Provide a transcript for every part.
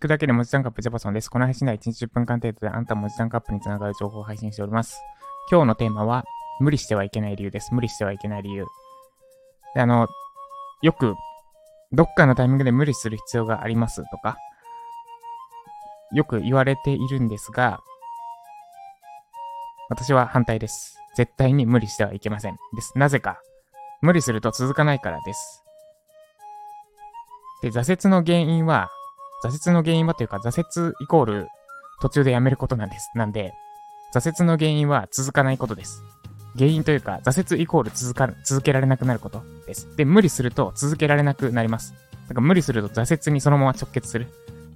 くだけで文字タンクアップジャパソンです。この配信では1日10分間程度であなたの文字タンクアップにつながる情報を配信しております。今日のテーマは、無理してはいけない理由です。無理してはいけない理由。で、よく、どっかのタイミングで無理する必要がありますとか、よく言われているんですが、私は反対です。絶対に無理してはいけません。です。なぜか、無理すると続かないからです。で、挫折の原因はというか、挫折イコール途中でやめることなんです。なんで、挫折の原因は続かないことです。原因というか、挫折イコール続けられなくなることです。で、無理すると続けられなくなります。だから無理すると挫折にそのまま直結する。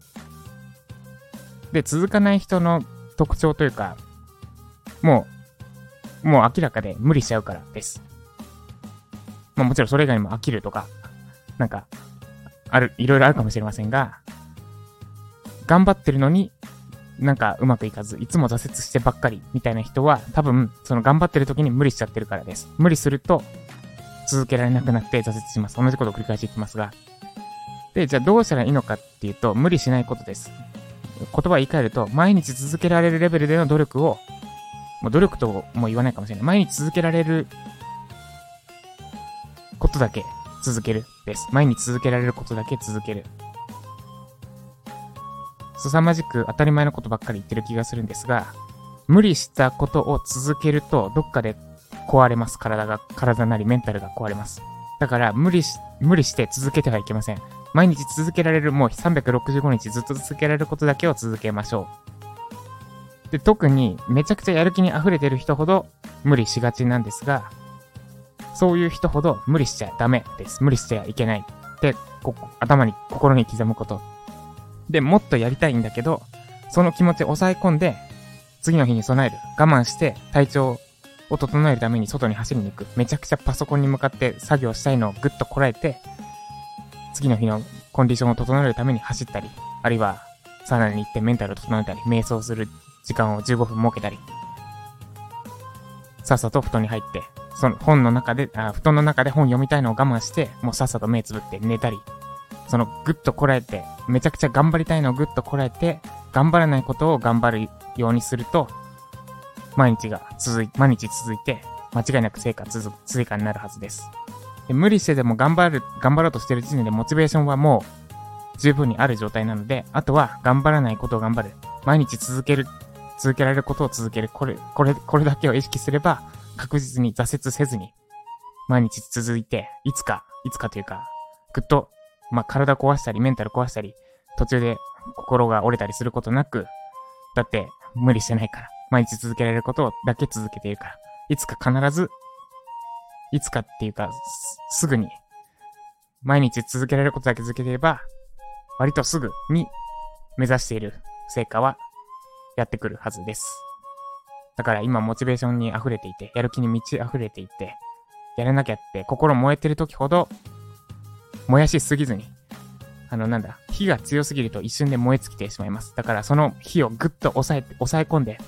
で、続かない人の特徴というか、もう明らかで無理しちゃうからです。まあもちろんそれ以外にも飽きるとか、いろいろあるかもしれませんが、頑張ってるのにうまくいかず、いつも挫折してばっかりみたいな人は、多分、その頑張ってる時に無理しちゃってるからです。無理すると、続けられなくなって挫折します。同じことを繰り返していきますが。で、じゃあどうしたらいいのかっていうと、無理しないことです。言葉を言い換えると、毎日続けられるレベルでの努力を、もう努力とも言わないかもしれない。毎日続けられることだけ続けるです。毎日続けられることだけ続ける。凄まじく当たり前のことばっかり言ってる気がするんですが、無理したことを続けるとどっかで壊れます。体なりメンタルが壊れます。だから無理して続けてはいけません。毎日続けられる、もう365日ずっと続けられることだけを続けましょう。で、特にめちゃくちゃやる気に溢れてる人ほど無理しがちなんですが、そういう人ほど無理しちゃダメです。無理しちゃいけない。で、心に刻むこと。で、もっとやりたいんだけど、その気持ちを抑え込んで、次の日に備える。我慢して体調を整えるために外に走りに行く。めちゃくちゃパソコンに向かって作業したいのをぐっとこらえて、次の日のコンディションを整えるために走ったり、あるいはサウナに行ってメンタルを整えたり、瞑想する時間を15分設けたり、さっさと布団に入って、布団の中で本読みたいのを我慢して、もうさっさと目つぶって寝たり、ぐっとこらえて、めちゃくちゃ頑張りたいのをぐっとこらえて、頑張らないことを頑張るようにすると、毎日続いて、間違いなく成果になるはずです。で、無理してでも頑張ろうとしてる時点でモチベーションはもう十分にある状態なので、あとは頑張らないことを頑張る。毎日続けられることを続ける。これだけを意識すれば、確実に挫折せずに、毎日続いて、いつかというか、ぐっと、体壊したり、メンタル壊したり、途中で心が折れたりすることなく、だって無理してないから、毎日続けられることだけ続けているから、いつかっていうか、すぐに、毎日続けられることだけ続けていれば、割とすぐに目指している成果はやってくるはずです。だから今モチベーションに溢れていて、やる気に満ち溢れていて、やらなきゃって心燃えてる時ほど、燃やしすぎずに、火が強すぎると一瞬で燃え尽きてしまいます。だからその火をぐっと抑え込んで、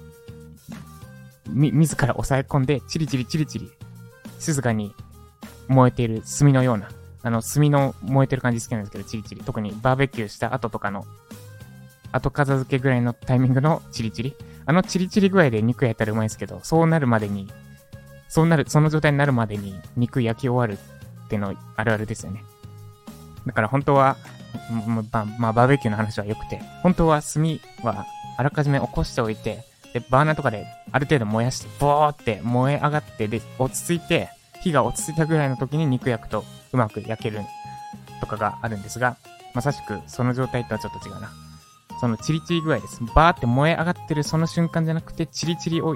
自ら抑え込んで、チリチリ、静かに燃えている炭のような、炭の燃えてる感じ好きなんですけど、チリチリ。特にバーベキューした後とかの、後片付けぐらいのタイミングのチリチリ。チリチリ具合で肉焼いたらうまいんですけど、その状態になるまでに肉焼き終わるってのあるあるですよね。だから本当は、バーベキューの話は良くて、本当は炭はあらかじめ起こしておいて、で、バーナーとかである程度燃やして、ボーって燃え上がって、で、火が落ち着いたぐらいの時に肉焼くとうまく焼けるとかがあるんですが、まさしくその状態とはちょっと違うな。そのチリチリ具合です。バーって燃え上がってるその瞬間じゃなくて、チリチリを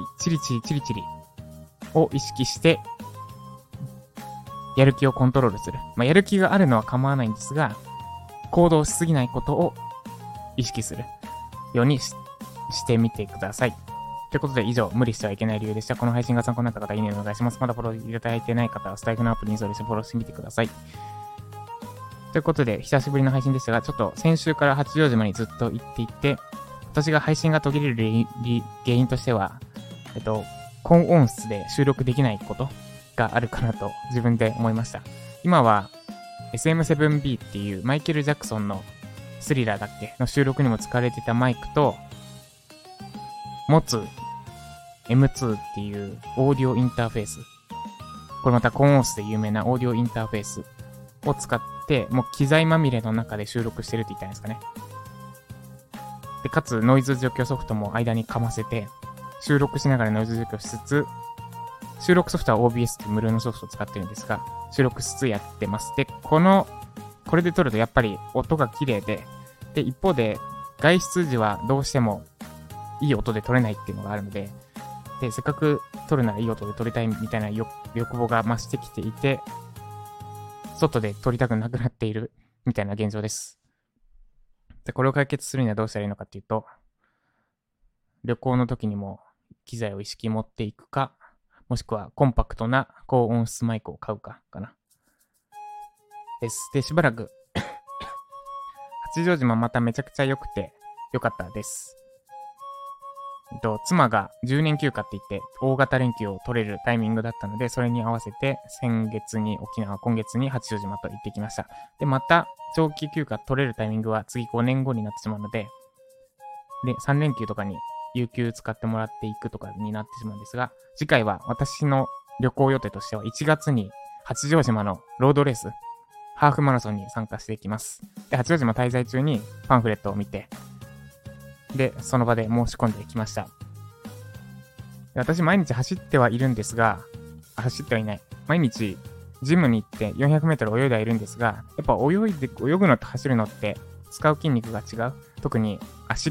意識して、やる気をコントロールする。やる気があるのは構わないんですが、行動しすぎないことを意識するようにしてみてください。ということで以上、無理してはいけない理由でした。この配信が参考になった方、いいねお願いします。まだフォローいただいてない方は、スタイフのアプリにそれしてフォローしてみてください。ということで、久しぶりの配信でしたが、ちょっと先週から八丈島にずっと行っていて、私が配信が途切れる原因としては、高音質で収録できないことがあるかなと自分で思いました。今は SM7B っていうマイケル・ジャクソンのスリラーだっけの収録にも使われてたマイクと、持つ M2 っていうオーディオインターフェース。これまたコンオースで有名なオーディオインターフェースを使って、もう機材まみれの中で収録してるって言ったんですかね。で、かつノイズ除去ソフトも間にかませて、収録しながらノイズ除去しつつ、収録ソフトは OBS っていう無料のソフトを使ってるんですが、収録しつつやってます。で、これで撮るとやっぱり音が綺麗で、で、一方で外出時はどうしてもいい音で撮れないっていうのがあるので、で、せっかく撮るならいい音で撮りたいみたいな欲望が増してきていて、外で撮りたくなくなっているみたいな現状です。で、これを解決するにはどうしたらいいのかっていうと、旅行の時にも機材を意識持っていくか、もしくはコンパクトな高音質マイクを買うかな。です。で、しばらく八丈島まためちゃくちゃ良くて良かったです。妻が10年休暇って言って大型連休を取れるタイミングだったので、それに合わせて先月に沖縄、今月に八丈島と行ってきました。で、また長期休暇取れるタイミングは次5年後になってしまうので、で、3連休とかに有給使ってもらっていくとかになってしまうんですが、次回は私の旅行予定としては1月に八丈島のロードレース、ハーフマラソンに参加していきます。で、八丈島滞在中にパンフレットを見て、で、その場で申し込んできました。で、私毎日走ってはいるんですが、走ってはいない。毎日ジムに行って400メートル泳いではいるんですが、やっぱ泳ぐのと走るのって使う筋肉が違う。特に足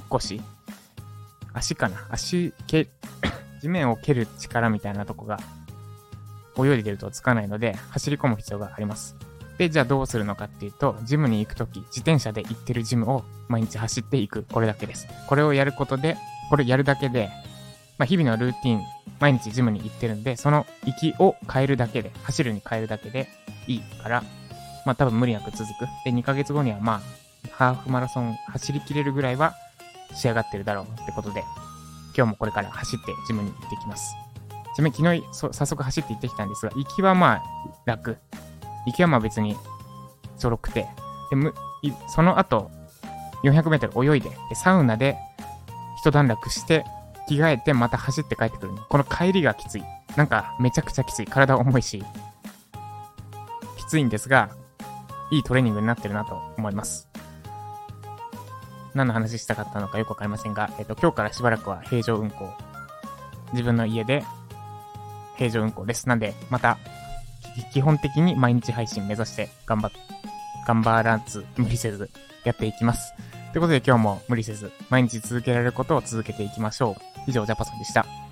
地面を蹴る力みたいなとこが泳いでるとつかないので、走り込む必要があります。で、じゃあどうするのかっていうと、ジムに行くとき、自転車で行ってるジムを毎日走っていく。これだけです。これをやるだけで、日々のルーティン、毎日ジムに行ってるんで、その行きを変えるだけで、走るに変えるだけでいいから、多分無理なく続く。で、2ヶ月後にはハーフマラソン走り切れるぐらいは仕上がってるだろうってことで、今日もこれから走ってジムに行ってきます。ちなみに昨日早速走って行ってきたんですが、行きは楽。行きは別にちょろくて、で、その後400メートル泳いで、サウナで一段落して着替えてまた走って帰ってくる。この帰りがきつい。なんかめちゃくちゃきつい。体重いしきついんですが、いいトレーニングになってるなと思います。何の話したかったのかよくわかりませんが、今日からしばらくは平常運行。自分の家で平常運行です。なんでまた基本的に毎日配信目指して頑張らず無理せずやっていきます。ということで今日も無理せず毎日続けられることを続けていきましょう。以上、ジャパソンでした。